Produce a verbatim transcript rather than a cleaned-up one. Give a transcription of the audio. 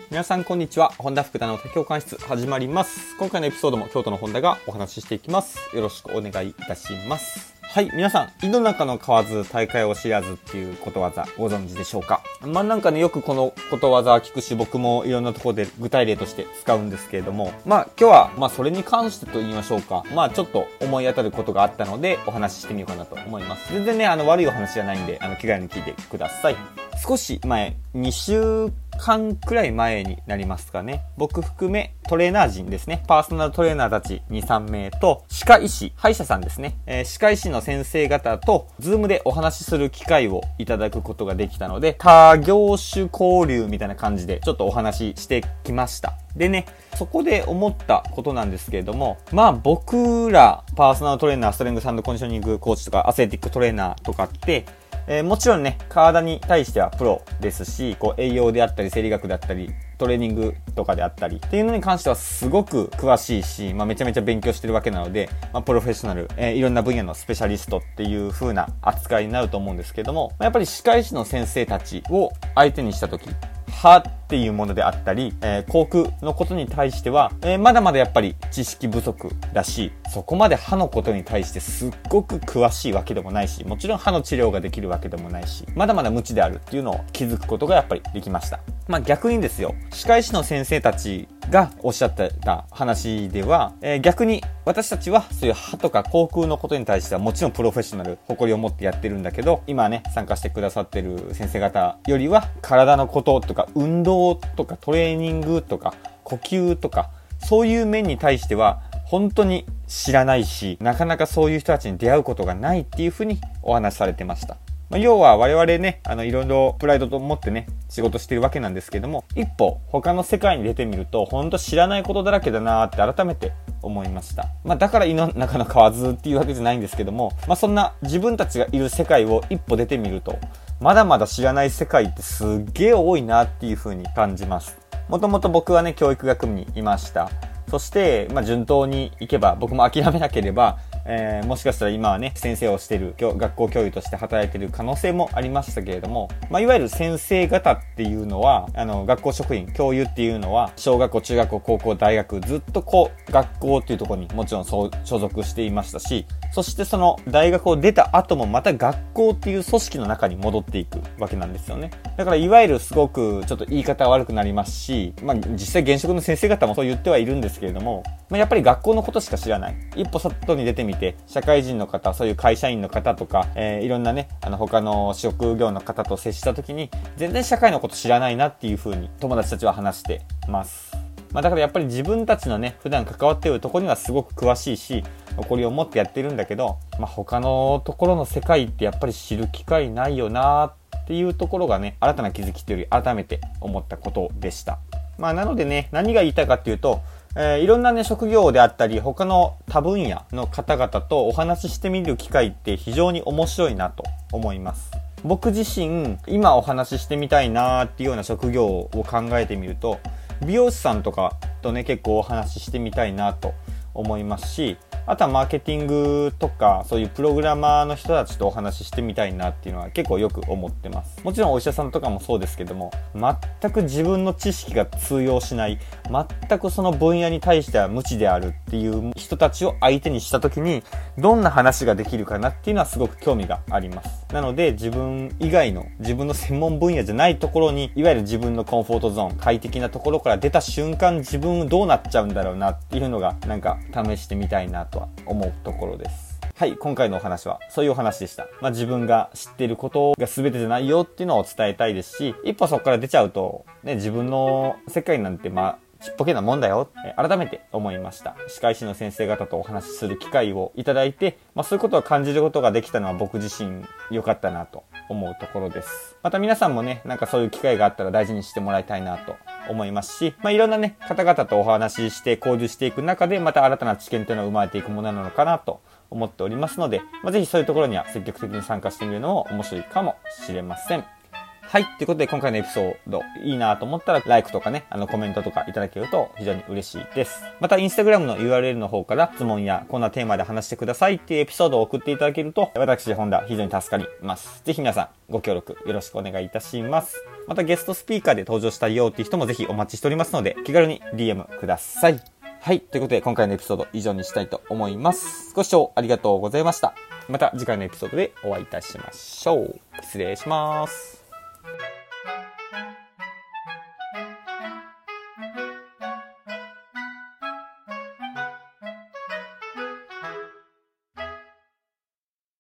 皆さんこんにちは。本田福田の多教官室始まります。今回のエピソードも京都の本田がお話ししていきます。よろしくお願いいたします。はい、皆さん、井の中の蛙大海を知らずっていうことわざご存知でしょうか。まあなんかね、よくこのことわざ聞くし、僕もいろんなところで具体例として使うんですけれども、まあ今日はまあそれに関してと言いましょうか、まあちょっと思い当たることがあったのでお話ししてみようかなと思います。全然ね、あの悪いお話じゃないんで、あの気軽に聞いてください。少し前、にしゅうかんくらい前になりますかね。僕含めトレーナー陣ですね。パーソナルトレーナーたちに、さんめいと、歯科医師、歯医者さんですね。えー、歯科医師の先生方と、ズームでお話しする機会をいただくことができたので、多業種交流みたいな感じで、ちょっとお話ししてきました。でね、そこで思ったことなんですけれども、まあ僕ら、パーソナルトレーナー、ストレングス&コンディショニングコーチとか、アスレティックトレーナーとかって、えー、もちろんね、体に対してはプロですし、こう栄養であったり、生理学であったり、トレーニングとかであったりっていうのに関してはすごく詳しいし、まあめちゃめちゃ勉強してるわけなので、まあプロフェッショナル、えー、いろんな分野のスペシャリストっていう風な扱いになると思うんですけども、まあ、やっぱり歯科医師の先生たちを相手にしたとき、歯っていうものであったり、えー、口腔のことに対しては、えー、まだまだやっぱり知識不足だし、そこまで歯のことに対してすっごく詳しいわけでもないし、もちろん歯の治療ができるわけでもないし、まだまだ無知であるっていうのを気づくことがやっぱりできました。まあ逆にですよ、歯科医師の先生たちがおっしゃってた話では、えー、逆に私たちはそういう歯とか口腔のことに対してはもちろんプロフェッショナル、誇りを持ってやってるんだけど、今ね、参加してくださってる先生方よりは、体のこととか運動とかトレーニングとか呼吸とか、そういう面に対しては本当に知らないし、なかなかそういう人たちに出会うことがないっていうふうにお話しされてました。まあ、要は我々ね、あのいろいろプライドと持ってね、仕事してるわけなんですけども、一歩他の世界に出てみると本当知らないことだらけだなーって改めて思いました。まあだから胃の中の蛙っていうわけじゃないんですけども、まあそんな自分たちがいる世界を一歩出てみると、まだまだ知らない世界ってすっげー多いなっていう風に感じます。もともと僕はね、教育学部にいました。そして、まあ順当に行けば、僕も諦めなければ、えー、もしかしたら今はね、先生をしている学校教諭として働いている可能性もありましたけれども、まあ、いわゆる先生方っていうのは、あの、学校職員、教諭っていうのは、小学校、中学校、高校、大学、ずっとこう、学校っていうところにもちろんそう所属していましたし、そしてその大学を出た後もまた学校っていう組織の中に戻っていくわけなんですよね。だからいわゆるすごくちょっと言い方悪くなりますし、まあ実際現職の先生方もそう言ってはいるんですけれども、まあ、やっぱり学校のことしか知らない。一歩外に出てみて、社会人の方、そういう会社員の方とか、えー、いろんなね、あの他の職業の方と接した時に、全然社会のこと知らないなっていう風に友達たちは話してます。まあだからやっぱり自分たちのね、普段関わっているところにはすごく詳しいし、誇りを持ってやってるんだけど、まあ他のところの世界ってやっぱり知る機会ないよなっていうところがね、新たな気づきというより改めて思ったことでした。まあなのでね、何が言いたいかっていうと、えー、いろんなね、職業であったり、他の多分野の方々とお話ししてみる機会って非常に面白いなと思います。僕自身、今お話ししてみたいなーっていうような職業を考えてみると、美容師さんとかとね、結構お話ししてみたいなと思いますし、あとはマーケティングとかそういうプログラマーの人たちとお話ししてみたいなっていうのは結構よく思ってます。もちろんお医者さんとかもそうですけども、全く自分の知識が通用しない、全くその分野に対しては無知であるっていう人たちを相手にした時にどんな話ができるかなっていうのはすごく興味があります。なので自分以外の自分の専門分野じゃないところに、いわゆる自分のコンフォートゾーン、快適なところから出た瞬間自分どうなっちゃうんだろうなっていうのがなんか試してみたいなとは思うところです。はい、今回のお話はそういうお話でした。まあ自分が知っていることが全てじゃないよっていうのを伝えたいですし、一歩そこから出ちゃうとね、自分の世界なんてまあちっぽけなもんだよって改めて思いました。歯科医師の先生方とお話しする機会をいただいて、まあそういうことを感じることができたのは僕自身良かったなと思うところです。また皆さんもね、なんかそういう機会があったら大事にしてもらいたいなと思いますし、まあいろんなね、方々とお話しして交流していく中で、また新たな知見というのが生まれていくものなのかなと思っておりますので、まあぜひそういうところには積極的に参加してみるのも面白いかもしれません。 はい。ということで、今回のエピソード、いいなと思ったら、ライクとかね、あの、コメントとかいただけると非常に嬉しいです。また、インスタグラムの ユーアールエル の方から、質問やこんなテーマで話してくださいっていうエピソードを送っていただけると、私、本田、非常に助かります。ぜひ皆さん、ご協力よろしくお願いいたします。また、ゲストスピーカーで登場したいよっていう人もぜひお待ちしておりますので、気軽に ディーエム ください。はい。ということで、今回のエピソード以上にしたいと思います。ご視聴ありがとうございました。また次回のエピソードでお会いいたしましょう。失礼します。